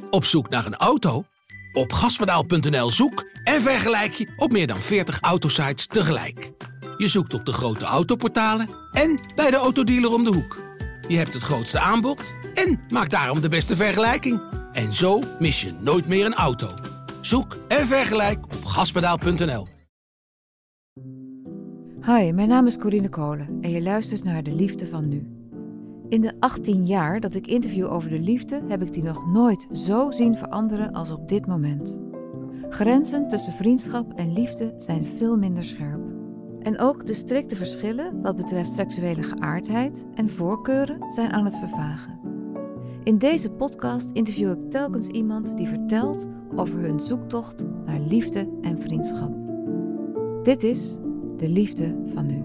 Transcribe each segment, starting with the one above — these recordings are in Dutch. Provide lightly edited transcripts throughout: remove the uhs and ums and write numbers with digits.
Op zoek naar een auto? Op gaspedaal.nl zoek en vergelijk je op meer dan 40 autosites tegelijk. Je zoekt op de grote autoportalen en bij de autodealer om de hoek. Je hebt het grootste aanbod en maakt daarom de beste vergelijking. En zo mis je nooit meer een auto. Zoek en vergelijk op gaspedaal.nl. Hi, mijn naam is Corine Kolen en je luistert naar De Liefde van Nu. In de 18 jaar dat ik interview over de liefde heb ik die nog nooit zo zien veranderen als op dit moment. Grenzen tussen vriendschap en liefde zijn veel minder scherp. En ook de strikte verschillen wat betreft seksuele geaardheid en voorkeuren zijn aan het vervagen. In deze podcast interview ik telkens iemand die vertelt over hun zoektocht naar liefde en vriendschap. Dit is De Liefde van Nu.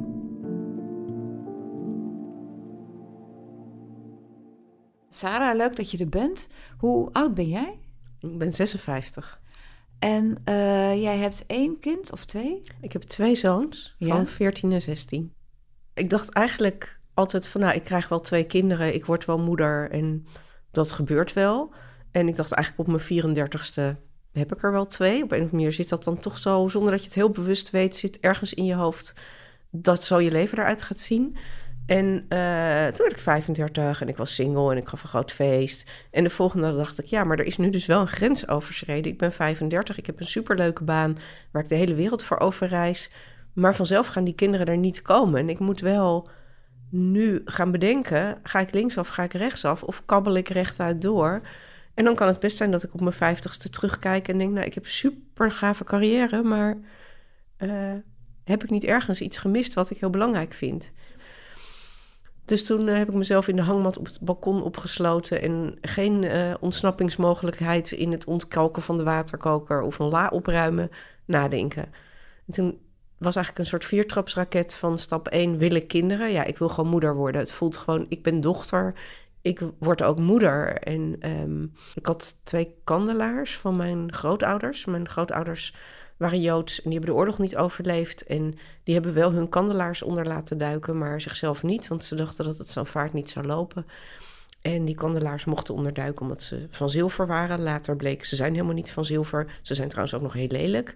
Sarah, leuk dat je er bent. Hoe oud ben jij? Ik ben 56. En jij hebt 1 kind of 2? Ik heb 2 zoons van 14 en 16. Ik dacht eigenlijk altijd van, ik krijg wel 2 kinderen. Ik word wel moeder en dat gebeurt wel. En ik dacht eigenlijk op mijn 34ste heb ik er wel 2. Op een of andere manier zit dat dan toch zo, zonder dat je het heel bewust weet, zit ergens in je hoofd dat zo je leven eruit gaat zien. En toen werd ik 35 en ik was single en ik gaf een groot feest. En de volgende dag dacht ik, maar er is nu dus wel een grens overschreden. Ik ben 35, ik heb een superleuke baan waar ik de hele wereld voor overreis. Maar vanzelf gaan die kinderen er niet komen. En ik moet wel nu gaan bedenken, ga ik linksaf, ga ik rechtsaf of kabbel ik rechtuit door? En dan kan het best zijn dat ik op mijn 50ste terugkijk en denk, ik heb een super gave carrière, maar heb ik niet ergens iets gemist wat ik heel belangrijk vind? Dus toen heb ik mezelf in de hangmat op het balkon opgesloten en geen ontsnappingsmogelijkheid in het ontkalken van de waterkoker of een la opruimen nadenken. En toen was eigenlijk een soort 4-trapsraket van stap 1, wil ik kinderen? Ja, ik wil gewoon moeder worden. Het voelt gewoon, ik ben dochter, ik word ook moeder. En ik had 2 kandelaars van mijn grootouders. Mijn grootouders waren Joods en die hebben de oorlog niet overleefd. En die hebben wel hun kandelaars onder laten duiken, maar zichzelf niet, want ze dachten dat het zo'n vaart niet zou lopen. En die kandelaars mochten onderduiken omdat ze van zilver waren. Later bleek, ze zijn helemaal niet van zilver. Ze zijn trouwens ook nog heel lelijk.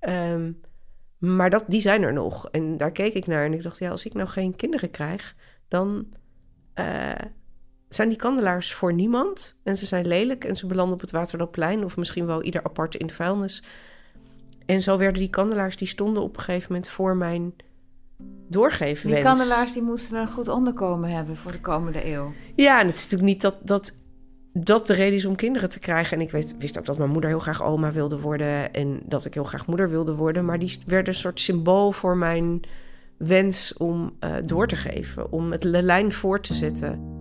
Maar die zijn er nog. En daar keek ik naar en ik dacht, als ik nou geen kinderen krijg, dan zijn die kandelaars voor niemand. En ze zijn lelijk en ze belanden op het Waterloopplein of misschien wel ieder apart in de vuilnis. En zo werden die kandelaars, die stonden op een gegeven moment voor mijn doorgeefwens. Die kandelaars die moesten een goed onderkomen hebben voor de komende eeuw. Ja, en het is natuurlijk niet dat de reden is om kinderen te krijgen. En ik wist ook dat mijn moeder heel graag oma wilde worden en dat ik heel graag moeder wilde worden. Maar die werden een soort symbool voor mijn wens om door te geven, om de lijn voor te zetten.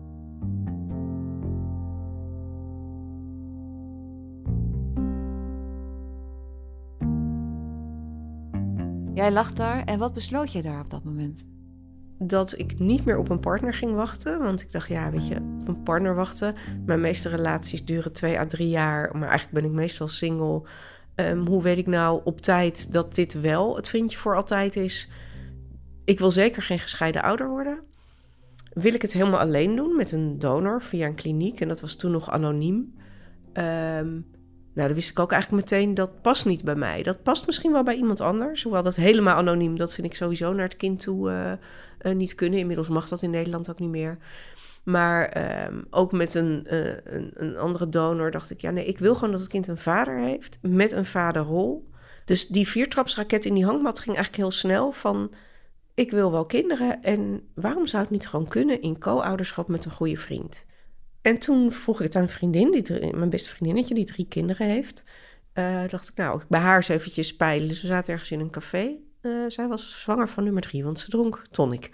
Jij lag daar en wat besloot jij daar op dat moment? Dat ik niet meer op een partner ging wachten. Want ik dacht, op een partner wachten. Mijn meeste relaties duren 2 à 3 jaar. Maar eigenlijk ben ik meestal single. Hoe weet ik nou op tijd dat dit wel het vriendje voor altijd is? Ik wil zeker geen gescheiden ouder worden. Wil ik het helemaal alleen doen met een donor via een kliniek? En dat was toen nog anoniem. Dan wist ik ook eigenlijk meteen, dat past niet bij mij. Dat past misschien wel bij iemand anders. Hoewel dat helemaal anoniem, dat vind ik sowieso naar het kind toe niet kunnen. Inmiddels mag dat in Nederland ook niet meer. Maar ook met een andere donor dacht ik, ik wil gewoon dat het kind een vader heeft met een vaderrol. Dus die 4-trapsraket in die hangmat ging eigenlijk heel snel van, ik wil wel kinderen en waarom zou het niet gewoon kunnen in co-ouderschap met een goede vriend? En toen vroeg ik het aan een vriendin, mijn beste vriendinnetje, die 3 kinderen heeft. Dacht ik, bij haar eens eventjes peilen. Dus we zaten ergens in een café. Zij was zwanger van nummer 3, want ze dronk tonic.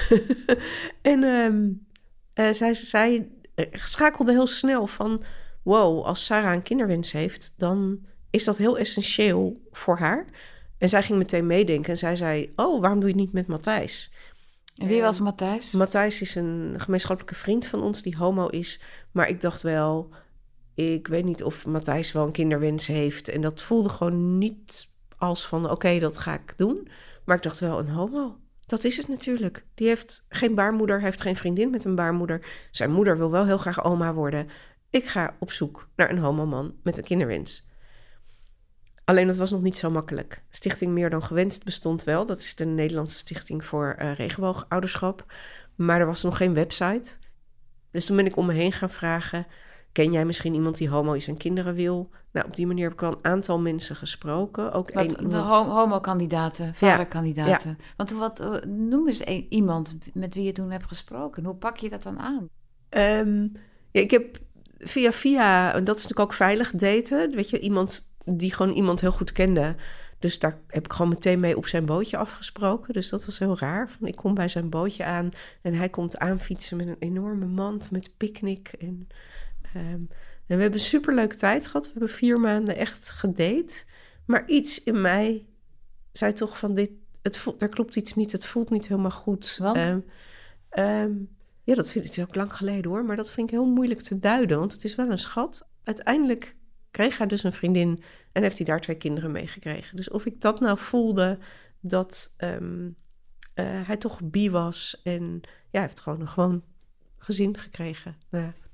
En zij schakelde heel snel van, wow, als Sarah een kinderwens heeft, dan is dat heel essentieel voor haar. En zij ging meteen meedenken en zij zei, waarom doe je het niet met Matthijs? En wie was Matthijs? Matthijs is een gemeenschappelijke vriend van ons die homo is. Maar ik dacht wel, ik weet niet of Matthijs wel een kinderwens heeft. En dat voelde gewoon niet als van, oké, dat ga ik doen. Maar ik dacht wel, een homo, dat is het natuurlijk. Die heeft geen baarmoeder, heeft geen vriendin met een baarmoeder. Zijn moeder wil wel heel graag oma worden. ik ga op zoek naar een homoman met een kinderwens. Alleen dat was nog niet zo makkelijk. Stichting Meer dan Gewenst bestond wel. Dat is de Nederlandse stichting voor regenboogouderschap. Maar er was nog geen website. Dus toen ben ik om me heen gaan vragen, ken jij misschien iemand die homo is en kinderen wil? Nou, op die manier heb ik wel een aantal mensen gesproken. Ook de homo-kandidaten, vaderkandidaten. Ja. Want noem eens iemand met wie je toen hebt gesproken. Hoe pak je dat dan aan? Ik heb via, en dat is natuurlijk ook veilig daten. Weet je, iemand die gewoon iemand heel goed kende. Dus daar heb ik gewoon meteen mee op zijn bootje afgesproken. Dus dat was heel raar. Ik kom bij zijn bootje aan en hij komt aanfietsen met een enorme mand met picknick. En we hebben een superleuke tijd gehad. We hebben 4 maanden echt gedate. Maar iets in mij zei toch van daar klopt iets niet. Het voelt niet helemaal goed. Want? Ja, het is ook lang geleden hoor. Maar dat vind ik heel moeilijk te duiden. Want het is wel een schat. Uiteindelijk kreeg hij dus een vriendin en heeft hij daar 2 kinderen mee gekregen. Dus of ik dat nou voelde, dat hij toch bi was. En ja, hij heeft gewoon een gewoon gezin gekregen. Nou ja,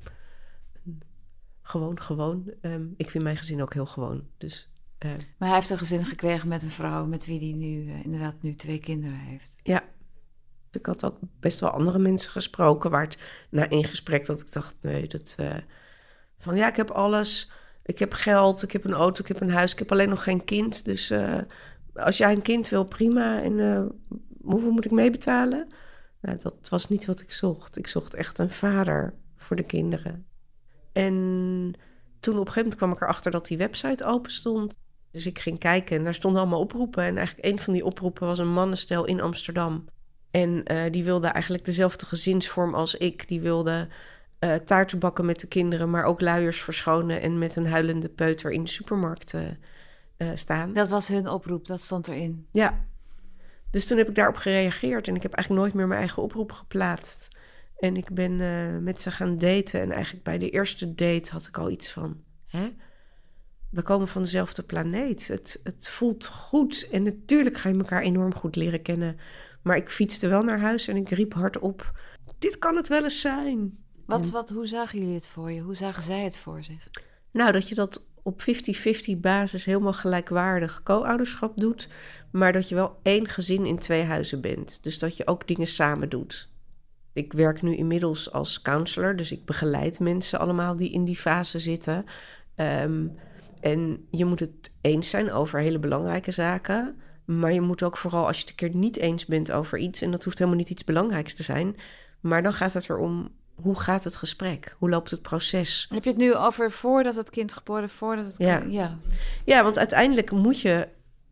gewoon. Ik vind mijn gezin ook heel gewoon. Dus, maar hij heeft een gezin gekregen met een vrouw met wie hij nu inderdaad 2 kinderen heeft. Ja. Ik had ook best wel andere mensen gesproken, waar het na 1 gesprek dat ik dacht, nee, van ja, ik heb alles. Ik heb geld, ik heb een auto, ik heb een huis, ik heb alleen nog geen kind. Dus als jij een kind wil, prima. En hoeveel moet ik meebetalen? Nou, dat was niet wat ik zocht. Ik zocht echt een vader voor de kinderen. En toen op een gegeven moment kwam ik erachter dat die website open stond. Dus ik ging kijken en daar stonden allemaal oproepen. En eigenlijk een van die oproepen was een mannenstel in Amsterdam. En die wilde eigenlijk dezelfde gezinsvorm als ik. Die wilde taarten bakken met de kinderen, maar ook luiers verschonen en met een huilende peuter in de supermarkt staan. Dat was hun oproep, dat stond erin. Ja, dus toen heb ik daarop gereageerd en ik heb eigenlijk nooit meer mijn eigen oproep geplaatst. En ik ben met ze gaan daten en eigenlijk bij de eerste date had ik al iets van, we komen van dezelfde planeet. Het voelt goed en natuurlijk ga je elkaar enorm goed leren kennen. Maar ik fietste wel naar huis en ik riep hardop, dit kan het wel eens zijn. Hoe zagen jullie het voor je? Hoe zagen zij het voor zich? Nou, dat je dat op 50-50 basis helemaal gelijkwaardig co-ouderschap doet, maar dat je wel 1 gezin in 2 huizen bent. Dus dat je ook dingen samen doet. Ik werk nu inmiddels als counselor, dus ik begeleid mensen allemaal die in die fase zitten. En je moet het eens zijn over hele belangrijke zaken, maar je moet ook vooral, als je het een keer niet eens bent over iets, en dat hoeft helemaal niet iets belangrijks te zijn, maar dan gaat het erom, hoe gaat het gesprek? Hoe loopt het proces? Heb je het nu over voordat het kind geboren, voordat het kind... Ja, want uiteindelijk moet je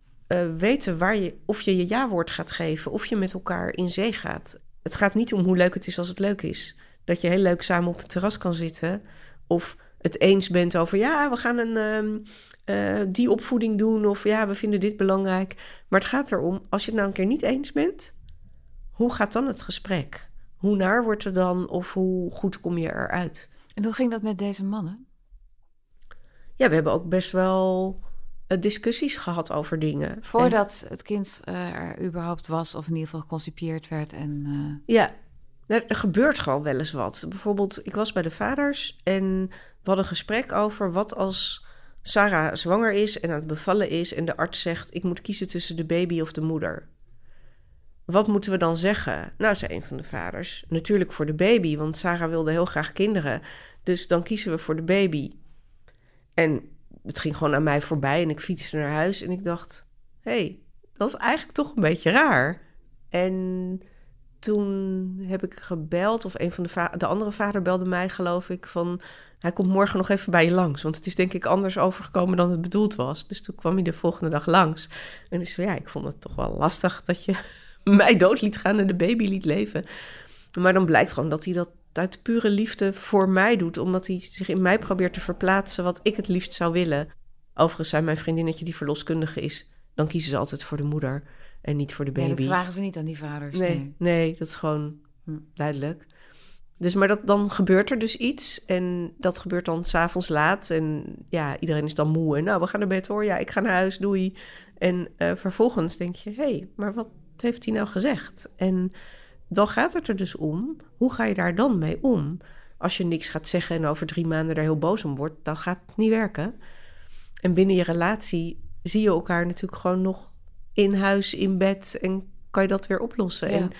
weten of je je ja-woord gaat geven, of je met elkaar in zee gaat. Het gaat niet om hoe leuk het is als het leuk is. Dat je heel leuk samen op het terras kan zitten, of het eens bent over, ja, we gaan die opvoeding doen, of ja, we vinden dit belangrijk. Maar het gaat erom, als je het nou een keer niet eens bent, hoe gaat dan het gesprek? Hoe naar wordt er dan of hoe goed kom je eruit? En hoe ging dat met deze mannen? Ja, we hebben ook best wel discussies gehad over dingen. Voordat het kind er überhaupt was of in ieder geval geconcipieerd werd. Ja, er gebeurt gewoon wel eens wat. Bijvoorbeeld, ik was bij de vaders en we hadden een gesprek over wat als Sarah zwanger is en aan het bevallen is en de arts zegt, ik moet kiezen tussen de baby of de moeder. Wat moeten we dan zeggen? Nou, zei een van de vaders, natuurlijk voor de baby, want Sarah wilde heel graag kinderen. Dus dan kiezen we voor de baby. En het ging gewoon aan mij voorbij en ik fietste naar huis en ik dacht, hé, dat is eigenlijk toch een beetje raar. En toen heb ik gebeld, of een van de andere vader belde mij, geloof ik, van, hij komt morgen nog even bij je langs, want het is denk ik anders overgekomen dan het bedoeld was. Dus toen kwam hij de volgende dag langs. En dus ja, ik vond het toch wel lastig dat je mij dood liet gaan en de baby liet leven. Maar dan blijkt gewoon dat hij dat uit pure liefde voor mij doet, omdat hij zich in mij probeert te verplaatsen wat ik het liefst zou willen. Overigens zei mijn vriendinnetje die verloskundige is, dan kiezen ze altijd voor de moeder en niet voor de baby. Ja, dat vragen ze niet aan die vaders. Nee, dat is gewoon duidelijk. Dus, maar dan gebeurt er dus iets en dat gebeurt dan 's avonds laat en ja, iedereen is dan moe en nou, we gaan naar bed hoor, ja, ik ga naar huis, doei. En vervolgens denk je, hé, maar wat heeft hij nou gezegd? En dan gaat het er dus om, hoe ga je daar dan mee om? als je niks gaat zeggen en over 3 maanden er heel boos om wordt, dan gaat het niet werken. En binnen je relatie zie je elkaar natuurlijk gewoon nog in huis, in bed en kan je dat weer oplossen. Ja.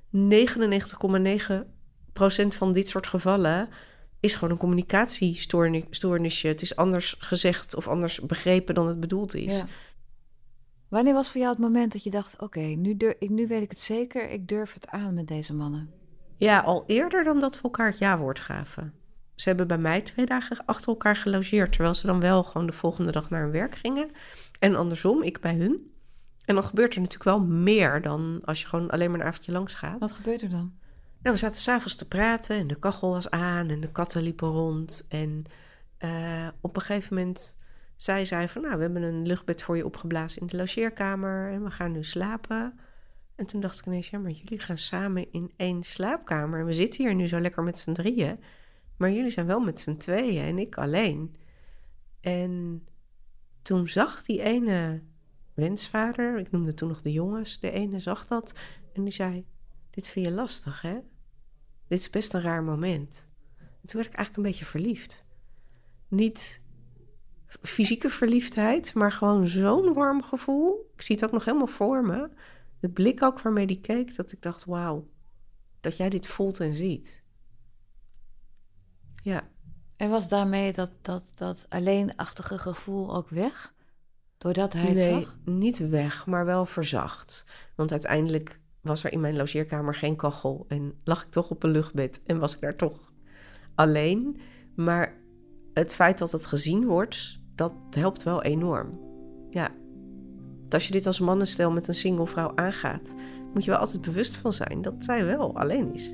En 99,9% van dit soort gevallen is gewoon een communicatiestoornisje. Het is anders gezegd of anders begrepen dan het bedoeld is. Ja. Wanneer was voor jou het moment dat je dacht, oké, nu weet ik het zeker, ik durf het aan met deze mannen? Ja, al eerder dan dat we elkaar het ja-woord gaven. Ze hebben bij mij 2 dagen achter elkaar gelogeerd, terwijl ze dan wel gewoon de volgende dag naar hun werk gingen. En andersom, ik bij hun. En dan gebeurt er natuurlijk wel meer dan als je gewoon alleen maar een avondje langs gaat. Wat gebeurt er dan? Nou, we zaten 's avonds te praten en de kachel was aan en de katten liepen rond. En op een gegeven moment zei zij van, nou, we hebben een luchtbed voor je opgeblazen in de logeerkamer en we gaan nu slapen. En toen dacht ik ineens, ja, maar jullie gaan samen in 1 slaapkamer. En we zitten hier nu zo lekker met z'n 3, maar jullie zijn wel met z'n 2 en ik alleen. En toen zag die ene wensvader, ik noemde toen nog de jongens, de ene zag dat en die zei, dit vind je lastig, hè? Dit is best een raar moment. En toen werd ik eigenlijk een beetje verliefd. Niet fysieke verliefdheid, maar gewoon zo'n warm gevoel. Ik zie het ook nog helemaal voor me. De blik ook waarmee die keek, dat ik dacht, wauw, dat jij dit voelt en ziet. Ja. En was daarmee dat alleenachtige gevoel ook weg? Doordat hij het zag? Nee, niet weg, maar wel verzacht. Want uiteindelijk was er in mijn logeerkamer geen kachel en lag ik toch op een luchtbed en was ik daar toch alleen. Maar het feit dat het gezien wordt, dat helpt wel enorm. Ja. Want als je dit als mannenstel met een single vrouw aangaat, moet je wel altijd bewust van zijn dat zij wel alleen is.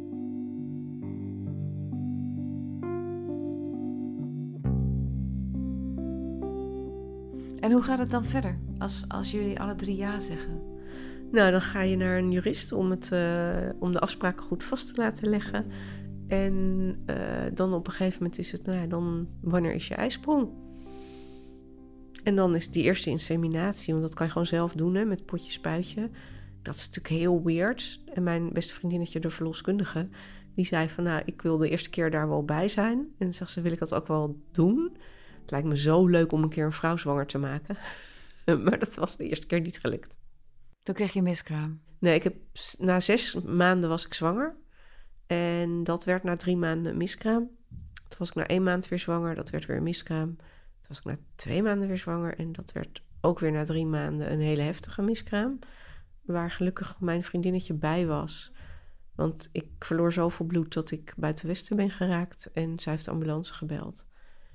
En hoe gaat het dan verder als jullie alle 3 ja zeggen? Nou, dan ga je naar een jurist om de afspraken goed vast te laten leggen. En dan op een gegeven moment is het, nou ja, dan wanneer is je ijsprong? En dan is die eerste inseminatie, want dat kan je gewoon zelf doen, hè, met potje spuitje. Dat is natuurlijk heel weird. En mijn beste vriendinnetje, de verloskundige, die zei van, nou, ik wil de eerste keer daar wel bij zijn. En dan zegt ze, wil ik dat ook wel doen? Het lijkt me zo leuk om een keer een vrouw zwanger te maken. Maar dat was de eerste keer niet gelukt. Toen kreeg je miskraam. Nee, na 6 maanden was ik zwanger. En dat werd na 3 maanden een miskraam. Toen was ik na 1 maand weer zwanger. Dat werd weer een miskraam. Toen was ik na 2 maanden weer zwanger. En dat werd ook weer na 3 maanden een hele heftige miskraam. Waar gelukkig mijn vriendinnetje bij was. Want ik verloor zoveel bloed dat ik buiten Westen ben geraakt. En zij heeft de ambulance gebeld.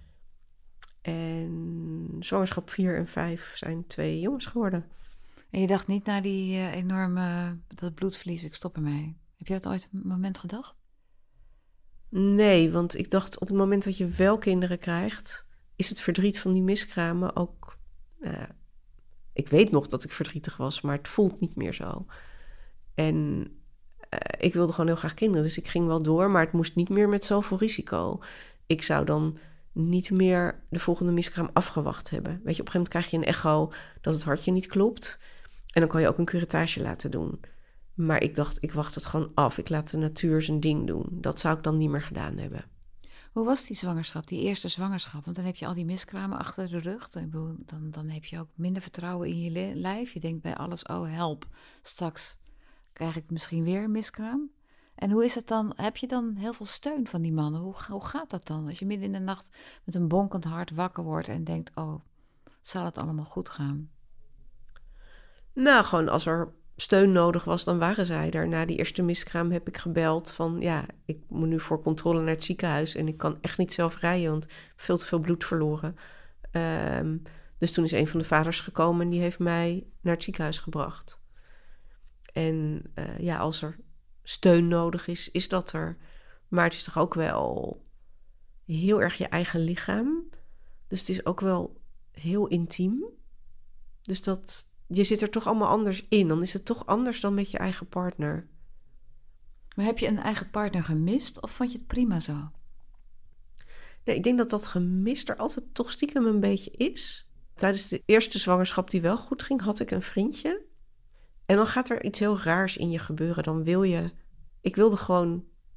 En zwangerschap 4 en 5 zijn 2 jongens geworden. En je dacht niet na die enorme, dat bloedverlies, ik stop ermee. Heb je dat ooit een moment gedacht? Nee, want ik dacht op het moment dat je wel kinderen krijgt, is het verdriet van die miskramen ook... ik weet nog dat ik verdrietig was, maar het voelt niet meer zo. En ik wilde gewoon heel graag kinderen, dus ik ging wel door, maar het moest niet meer met zoveel risico. Ik zou dan niet meer de volgende miskraam afgewacht hebben. Weet je, op een gegeven moment krijg je een echo dat het hartje niet klopt. En dan kan je ook een curettage laten doen. Maar ik dacht, ik wacht het gewoon af. Ik laat de natuur zijn ding doen. Dat zou ik dan niet meer gedaan hebben. Hoe was die zwangerschap, die eerste zwangerschap? Want dan heb je al die miskramen achter de rug. Dan heb je ook minder vertrouwen in je lijf. Je denkt bij alles, oh help, straks krijg ik misschien weer een miskraam. En hoe is het dan? Heb je dan heel veel steun van die mannen? Hoe gaat dat dan? Als je midden in de nacht met een bonkend hart wakker wordt en denkt, oh, zal het allemaal goed gaan? Nou, gewoon als er steun nodig was, dan waren zij er. Na die eerste miskraam heb ik gebeld van, ja, ik moet nu voor controle naar het ziekenhuis en ik kan echt niet zelf rijden, want ik heb veel te veel bloed verloren. Dus toen is een van de vaders gekomen en die heeft mij naar het ziekenhuis gebracht. En ja, als er steun nodig is, is dat er. Maar het is toch ook wel heel erg je eigen lichaam. Dus het is ook wel heel intiem. Dus je zit er toch allemaal anders in. Dan is het toch anders dan met je eigen partner. Maar heb je een eigen partner gemist of vond je het prima zo? Nee, ik denk dat dat gemis er altijd toch stiekem een beetje is. Tijdens de eerste zwangerschap die wel goed ging, had ik een vriendje. En dan gaat er iets heel raars in je gebeuren. Ik wilde gewoon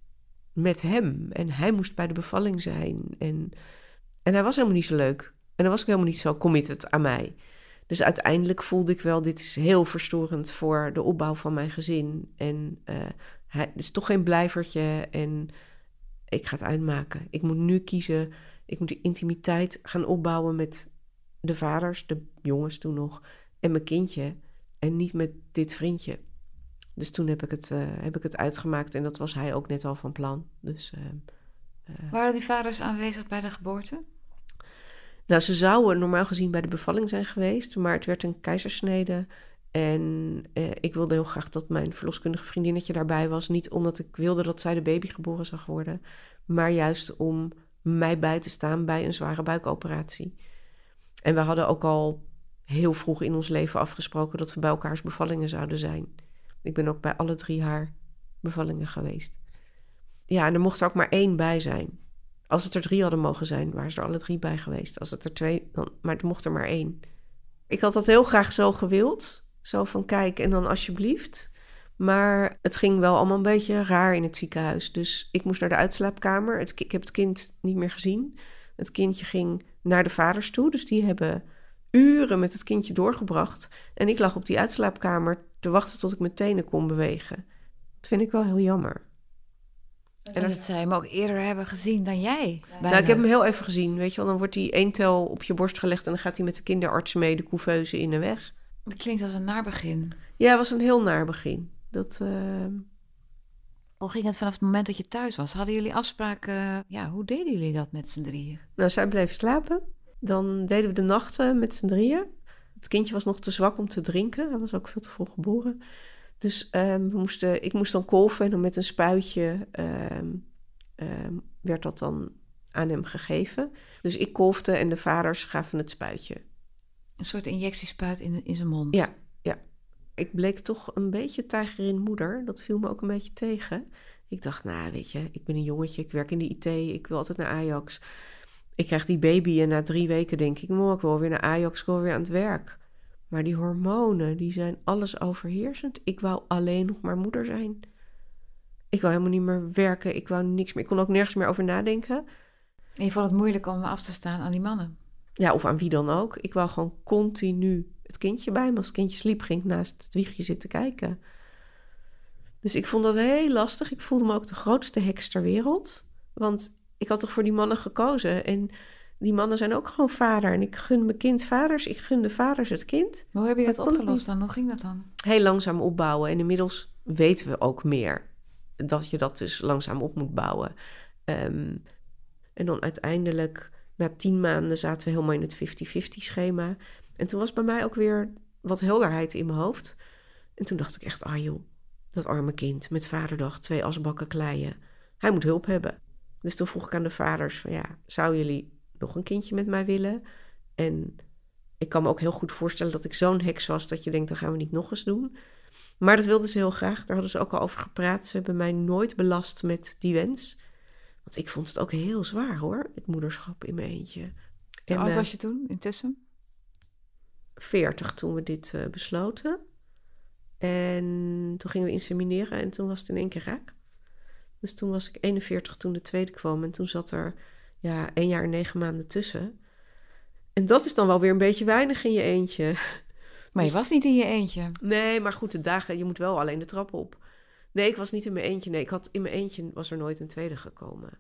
met hem. En hij moest bij de bevalling zijn. En hij was helemaal niet zo leuk. En hij was ook helemaal niet zo committed aan mij. Dus uiteindelijk voelde ik wel, dit is heel verstorend voor de opbouw van mijn gezin. En het is toch geen blijvertje en ik ga het uitmaken. Ik moet nu kiezen, ik moet de intimiteit gaan opbouwen met de vaders, de jongens toen nog, en mijn kindje. En niet met dit vriendje. Dus toen heb ik het uitgemaakt en dat was hij ook net al van plan. Dus, waren die vaders aanwezig bij de geboorte? Nou, ze zouden normaal gezien bij de bevalling zijn geweest, maar het werd een keizersnede. En ik wilde heel graag dat mijn verloskundige vriendinnetje daarbij was. Niet omdat ik wilde dat zij de baby geboren zag worden, maar juist om mij bij te staan bij een zware buikoperatie. En we hadden ook al heel vroeg in ons leven afgesproken dat we bij elkaars bevallingen zouden zijn. Ik ben ook bij alle 3 haar bevallingen geweest. Ja, en er mocht er ook maar 1 bij zijn. Als het er 3 hadden mogen zijn, waren ze er alle 3 bij geweest. Als het er 2, maar er mocht er maar 1. Ik had dat heel graag zo gewild. Zo van, kijk, en dan alsjeblieft. Maar het ging wel allemaal een beetje raar in het ziekenhuis. Dus ik moest naar de uitslaapkamer. Ik heb het kind niet meer gezien. Het kindje ging naar de vaders toe. Dus die hebben uren met het kindje doorgebracht. En ik lag op die uitslaapkamer te wachten tot ik mijn tenen kon bewegen. Dat vind ik wel heel jammer. En dat zij hem ook eerder hebben gezien dan jij. Bijna. Nou, ik heb hem heel even gezien, weet je wel. Dan wordt die 1 tel op je borst gelegd en dan gaat hij met de kinderarts mee de couveuse in en weg. Dat klinkt als een naar begin. Ja, het was een heel naar begin. Hoe ging het vanaf het moment dat je thuis was? Hadden jullie afspraken? Hoe deden jullie dat met z'n drieën? Nou, zij bleef slapen. Dan deden we de nachten met z'n drieën. Het kindje was nog te zwak om te drinken. Hij was ook veel te vroeg geboren. Dus ik moest dan kolven en dan met een spuitje werd dat dan aan hem gegeven. Dus ik kolfde en de vaders gaven het spuitje. Een soort injectiespuit in zijn mond? Ja. Ik bleek toch een beetje tijgerin moeder. Dat viel me ook een beetje tegen. Ik dacht, nou weet je, ik ben een jongetje, ik werk in de IT, ik wil altijd naar Ajax. Ik krijg die baby en na 3 weken denk ik, ik wil weer naar Ajax, ik wil weer aan het werk. Maar die hormonen, die zijn alles overheersend. Ik wou alleen nog maar moeder zijn. Ik wou helemaal niet meer werken. Ik wou niks meer. Ik kon ook nergens meer over nadenken. En je vond het moeilijk om af te staan aan die mannen? Ja, of aan wie dan ook. Ik wou gewoon continu het kindje bij me. Als het kindje sliep, ging ik naast het wiegje zitten kijken. Dus ik vond dat heel lastig. Ik voelde me ook de grootste heks ter wereld. Want ik had toch voor die mannen gekozen. En die mannen zijn ook gewoon vader. En ik gun mijn kind vaders. Ik gun de vaders het kind. Maar hoe heb je dat opgelost dan? Hoe ging dat dan? Heel langzaam opbouwen. En inmiddels weten we ook meer. Dat je dat dus langzaam op moet bouwen. En dan uiteindelijk, na 10 maanden, zaten we helemaal in het 50-50 schema. En toen was bij mij ook weer wat helderheid in mijn hoofd. En toen dacht ik echt, joh, dat arme kind met vaderdag, 2 asbakken kleien. Hij moet hulp hebben. Dus toen vroeg ik aan de vaders van zou jullie nog een kindje met mij willen? En ik kan me ook heel goed voorstellen dat ik zo'n heks was dat je denkt, dan gaan we niet nog eens doen. Maar dat wilden ze heel graag. Daar hadden ze ook al over gepraat. Ze hebben mij nooit belast met die wens. Want ik vond het ook heel zwaar hoor, het moederschap in mijn eentje. Hoe oud was je toen intussen? 40 toen we dit besloten. En toen gingen we insemineren en toen was het in 1 keer raak. Dus toen was ik 41 toen de tweede kwam. En toen zat er 1 jaar en 9 maanden tussen. En dat is dan wel weer een beetje weinig in je eentje. Maar je was niet in je eentje. Nee, maar goed, de dagen, je moet wel alleen de trap op. Nee, ik was niet in mijn eentje. Nee, in mijn eentje was er nooit een tweede gekomen.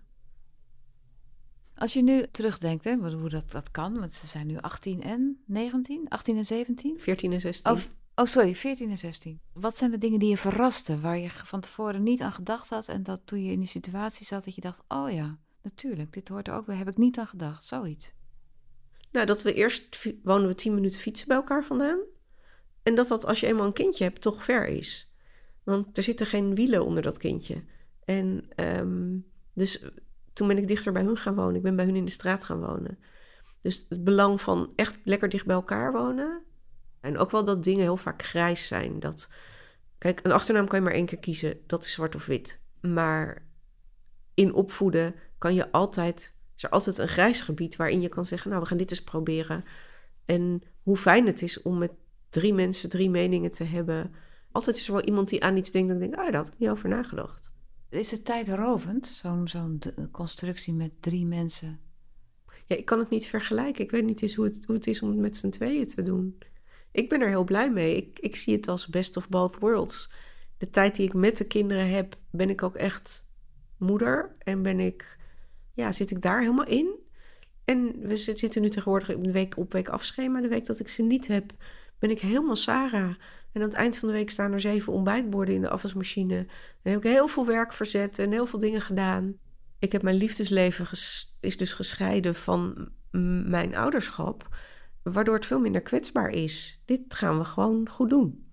Als je nu terugdenkt, hè, hoe dat kan, want ze zijn nu 18 en 19, 18 en 17? 14 en 16. Oh, sorry, 14 en 16. Wat zijn de dingen die je verrasten, waar je van tevoren niet aan gedacht had en dat toen je in die situatie zat, dat je dacht, oh ja, natuurlijk, dit hoort er ook bij, heb ik niet aan gedacht, zoiets. Nou, dat we eerst wonen we 10 minuten fietsen bij elkaar vandaan. En dat als je eenmaal een kindje hebt, toch ver is. Want er zitten geen wielen onder dat kindje. En dus toen ben ik dichter bij hun gaan wonen. Ik ben bij hun in de straat gaan wonen. Dus het belang van echt lekker dicht bij elkaar wonen. En ook wel dat dingen heel vaak grijs zijn. Kijk, een achternaam kan je maar 1 keer kiezen. Dat is zwart of wit. Maar in opvoeden is er altijd een grijs gebied waarin je kan zeggen, we gaan dit eens proberen. En hoe fijn het is om met 3 mensen 3 meningen te hebben. Altijd is er wel iemand die aan iets denkt en denkt, daar had ik niet over nagedacht. Is het tijdrovend, zo'n constructie met 3 mensen? Ja, ik kan het niet vergelijken. Ik weet niet eens hoe het is om het met z'n tweeën te doen. Ik ben er heel blij mee. Ik zie het als best of both worlds. De tijd die ik met de kinderen heb, ben ik ook echt moeder. En zit ik daar helemaal in. En we zitten nu tegenwoordig een week op week afschema. De week dat ik ze niet heb, ben ik helemaal Sarah. En aan het eind van de week staan er 7 ontbijtborden in de afwasmachine. En heb ik heel veel werk verzet en heel veel dingen gedaan. Ik heb mijn liefdesleven is dus gescheiden van mijn ouderschap, waardoor het veel minder kwetsbaar is. Dit gaan we gewoon goed doen.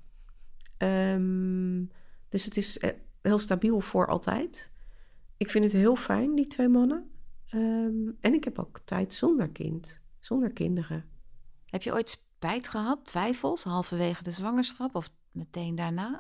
Dus het is heel stabiel voor altijd. Ik vind het heel fijn, die 2 mannen. En ik heb ook tijd zonder kinderen. Heb je ooit spijt gehad, twijfels, halverwege de zwangerschap of meteen daarna?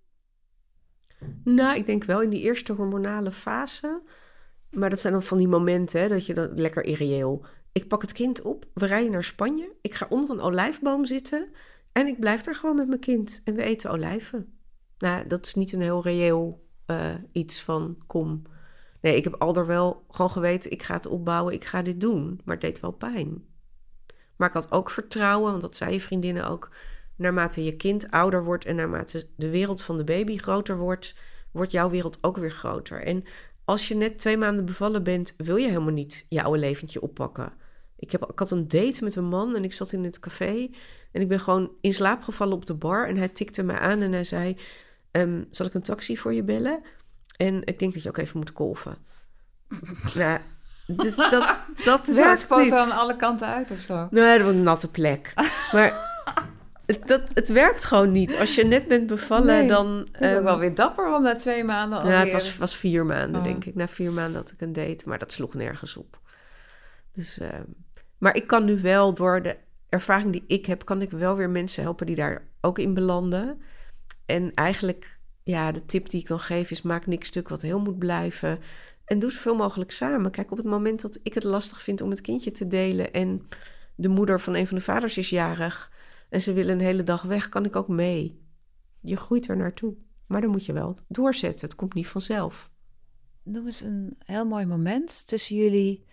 Nou, ik denk wel in die eerste hormonale fase. Maar dat zijn dan van die momenten, hè, dat je dan lekker irreëel. Ik pak het kind op, we rijden naar Spanje. Ik ga onder een olijfboom zitten en ik blijf daar gewoon met mijn kind. En we eten olijven. Nou, dat is niet een heel reëel iets van kom. Nee, ik heb al wel gewoon geweten, ik ga het opbouwen, ik ga dit doen. Maar het deed wel pijn. Maar ik had ook vertrouwen, want dat zei je vriendinnen ook. Naarmate je kind ouder wordt en naarmate de wereld van de baby groter wordt, wordt jouw wereld ook weer groter. En als je net 2 maanden bevallen bent, wil je helemaal niet je oude leventje oppakken. Ik had een date met een man en ik zat in het café. En ik ben gewoon in slaap gevallen op de bar. En hij tikte me aan en hij zei, zal ik een taxi voor je bellen? En ik denk dat je ook even moet kolven. Nou, dus dat Dus werkt spoot niet. er aan alle kanten uit of zo? Nee, dat was een natte plek. Maar het werkt gewoon niet. Als je net bent bevallen, dan... Het is ook wel weer dapper om na 2 maanden alweer... Ja, het was 4 maanden, denk ik. Na 4 maanden had ik een date, maar dat sloeg nergens op. Dus, maar ik kan nu wel, door de ervaring die ik heb, kan ik wel weer mensen helpen die daar ook in belanden. En eigenlijk, ja, de tip die ik dan geef is, maak niks stuk wat heel moet blijven. En doe zoveel mogelijk samen. Kijk, op het moment dat ik het lastig vind om het kindje te delen en de moeder van een van de vaders is jarig en ze willen een hele dag weg, kan ik ook mee. Je groeit er naartoe. Maar dan moet je wel doorzetten. Het komt niet vanzelf. Noem eens een heel mooi moment tussen jullie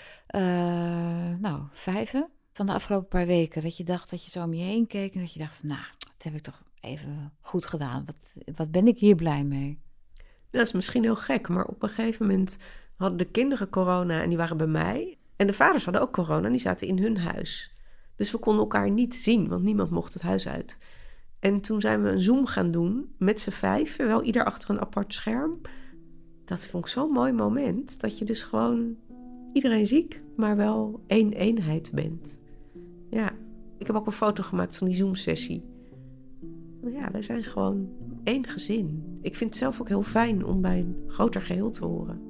5 van de afgelopen paar weken. Dat je dacht dat je zo om je heen keek en dat je dacht, nou, dat heb ik toch even goed gedaan. Wat ben ik hier blij mee? Dat is misschien heel gek, maar op een gegeven moment hadden de kinderen corona en die waren bij mij. En de vaders hadden ook corona en die zaten in hun huis. Dus we konden elkaar niet zien, want niemand mocht het huis uit. En toen zijn we een Zoom gaan doen met z'n 5, wel ieder achter een apart scherm. Dat vond ik zo'n mooi moment, dat je dus gewoon iedereen ziek, maar wel één eenheid bent. Ja, ik heb ook een foto gemaakt van die Zoom-sessie. Ja, wij zijn gewoon 1 gezin. Ik vind het zelf ook heel fijn om bij een groter geheel te horen.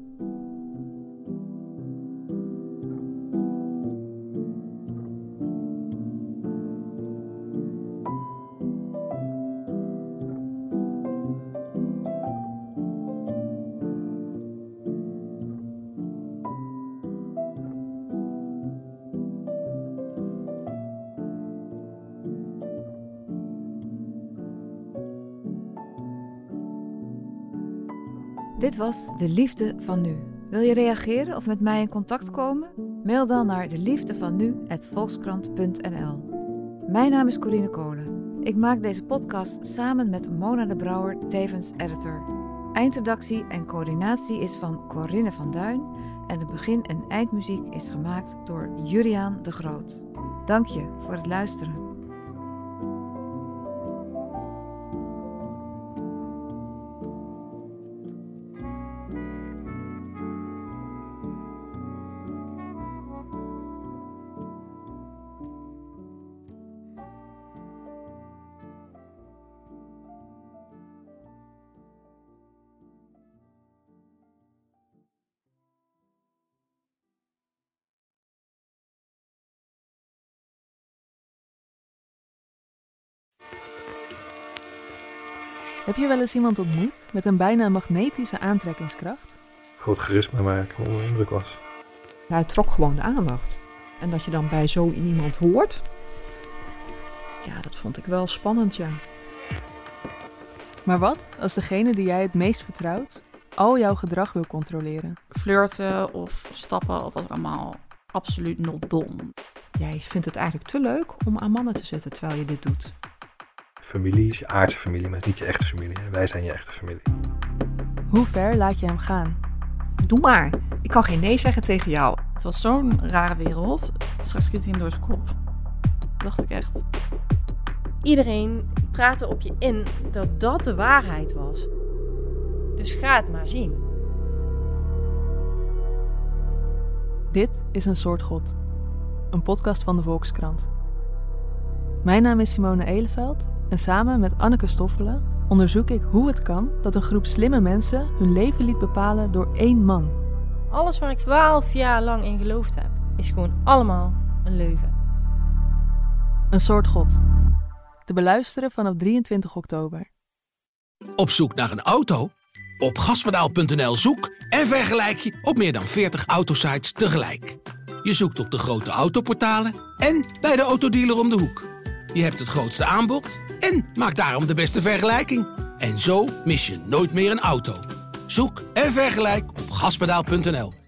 Dit was De Liefde van Nu. Wil je reageren of met mij in contact komen? Mail dan naar deliefdevanu@volkskrant.nl. Mijn naam is Corine Kolen. Ik maak deze podcast samen met Mona de Brouwer, tevens editor. Eindredactie en coördinatie is van Corinne van Duin en de begin- en eindmuziek is gemaakt door Juriaan de Groot. Dank je voor het luisteren. Heb je wel eens iemand ontmoet met een bijna magnetische aantrekkingskracht? Groot charisma waar ik onder de indruk was. Ja, het trok gewoon de aandacht. En dat je dan bij zo iemand hoort, ja, dat vond ik wel spannend, ja. Maar wat als degene die jij het meest vertrouwt al jouw gedrag wil controleren. Flirten of stappen of wat allemaal absoluut not dom. Jij vindt het eigenlijk te leuk om aan mannen te zitten terwijl je dit doet. Familie is je aardse familie, maar niet je echte familie. Wij zijn je echte familie. Hoe ver laat je hem gaan? Doe maar. Ik kan geen nee zeggen tegen jou. Het was zo'n rare wereld. Straks schiet hij hem door zijn kop. Dacht ik echt. Iedereen praatte op je in dat dat de waarheid was. Dus ga het maar zien. Dit is Een Soort God. Een podcast van de Volkskrant. Mijn naam is Simone Eleveld en samen met Anneke Stoffelen onderzoek ik hoe het kan dat een groep slimme mensen hun leven liet bepalen door 1 man. Alles waar ik 12 jaar lang in geloofd heb, is gewoon allemaal een leugen. Een Soort God. Te beluisteren vanaf 23 oktober. Op zoek naar een auto? Op gaspedaal.nl zoek en vergelijk je op meer dan 40 autosites tegelijk. Je zoekt op de grote autoportalen en bij de autodealer om de hoek. Je hebt het grootste aanbod en maakt daarom de beste vergelijking. En zo mis je nooit meer een auto. Zoek en vergelijk op gaspedaal.nl.